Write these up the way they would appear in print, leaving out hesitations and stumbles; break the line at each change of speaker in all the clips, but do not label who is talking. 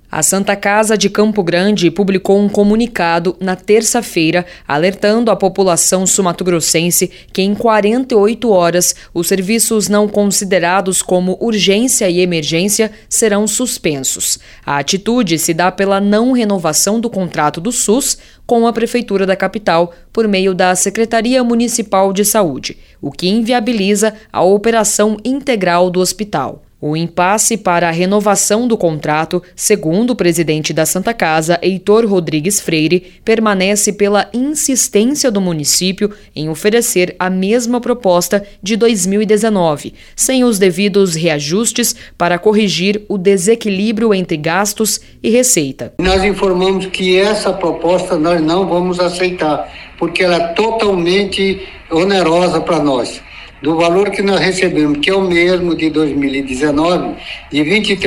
A Santa Casa de Campo Grande publicou um comunicado na terça-feira, alertando a população sul-mato-grossense que em 48 horas os serviços não considerados como urgência e emergência serão suspensos. A atitude se dá pela não renovação do contrato do SUS com a Prefeitura da capital por meio da Secretaria Municipal de Saúde, o que inviabiliza a operação integral do hospital. O impasse para a renovação do contrato, segundo o presidente da Santa Casa, Heitor Rodrigues Freire, permanece pela insistência do município em oferecer a mesma proposta de 2019, sem os devidos reajustes para corrigir o desequilíbrio entre gastos e receita.
Nós informamos que essa proposta nós não vamos aceitar, porque ela é totalmente onerosa para nós. Do valor que nós recebemos, que é o mesmo de 2019, de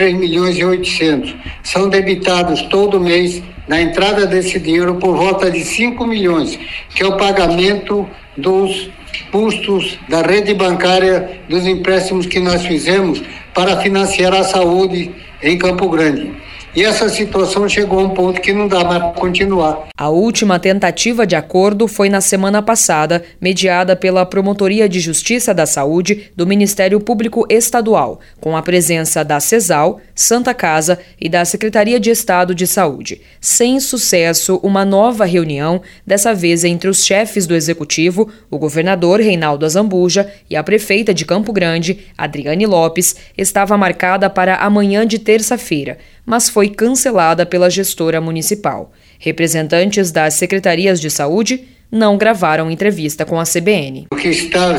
23.800.000, são debitados todo mês na entrada desse dinheiro por volta de 5 milhões, que é o pagamento dos custos da rede bancária, dos empréstimos que nós fizemos para financiar a saúde em Campo Grande. E essa situação chegou a um ponto que não dá mais para continuar.
A última tentativa de acordo foi na semana passada, mediada pela Promotoria de Justiça da Saúde do Ministério Público Estadual, com a presença da CESAL, Santa Casa e da Secretaria de Estado de Saúde. Sem sucesso, uma nova reunião, dessa vez entre os chefes do Executivo, o governador Reinaldo Azambuja e a prefeita de Campo Grande, Adriane Lopes, estava marcada para amanhã de terça-feira, mas foi cancelada pela gestora municipal. Representantes das secretarias de saúde não gravaram entrevista com a CBN.
O que está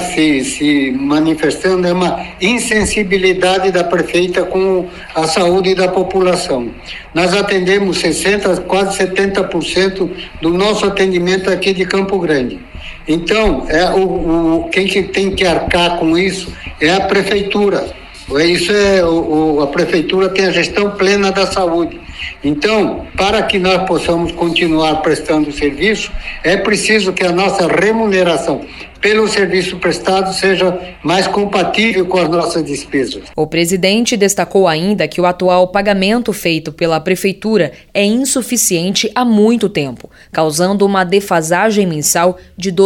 se manifestando é uma insensibilidade da prefeita com a saúde da população. Nós atendemos 60%, quase 70% do nosso atendimento aqui de Campo Grande. Então, quem que tem que arcar com isso é a prefeitura. A prefeitura tem a gestão plena da saúde. Então, para que nós possamos continuar prestando serviço, é preciso que a nossa remuneração pelo serviço prestado seja mais compatível com as nossas despesas.
O presidente destacou ainda que o atual pagamento feito pela prefeitura é insuficiente há muito tempo, causando uma defasagem mensal de R$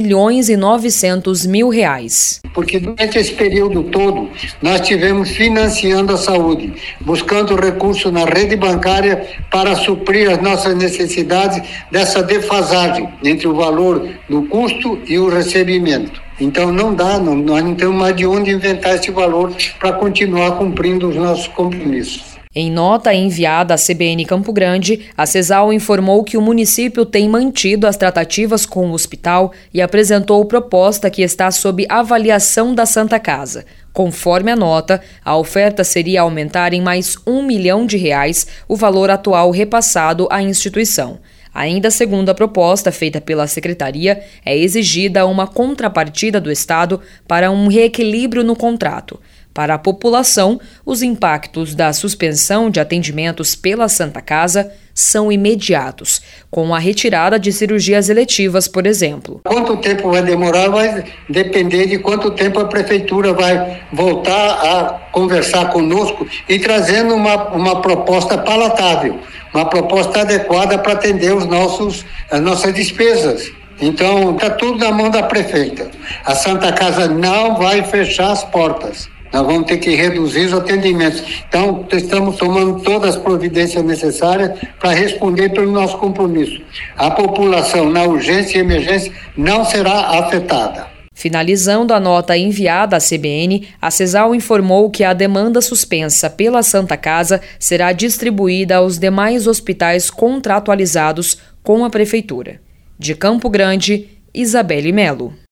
12.900.000.
Porque durante esse período todo, nós tivemos financiando a saúde, buscando recursos na rede bancária para suprir as nossas necessidades dessa defasagem entre o valor do custo e o recebimento. Então não dá, nós não temos mais de onde inventar esse valor para continuar cumprindo os nossos compromissos.
Em nota enviada à CBN Campo Grande, a CESAL informou que o município tem mantido as tratativas com o hospital e apresentou proposta que está sob avaliação da Santa Casa. Conforme a nota, a oferta seria aumentar em mais R$ 1 milhão o valor atual repassado à instituição. Ainda segundo a proposta feita pela Secretaria, é exigida uma contrapartida do Estado para um reequilíbrio no contrato. Para a população, os impactos da suspensão de atendimentos pela Santa Casa são imediatos, com a retirada de cirurgias eletivas, por exemplo.
Quanto tempo vai demorar vai depender de quanto tempo a Prefeitura vai voltar a conversar conosco e trazendo uma proposta palatável, uma proposta adequada para atender as nossas despesas. Então, está tudo na mão da prefeita. A Santa Casa não vai fechar as portas. Nós vamos ter que reduzir os atendimentos. Então, estamos tomando todas as providências necessárias para responder pelo nosso compromisso. A população, na urgência e emergência, não será afetada.
Finalizando a nota enviada à CBN, a CESAL informou que a demanda suspensa pela Santa Casa será distribuída aos demais hospitais contratualizados com a Prefeitura. De Campo Grande, Isabelle Melo.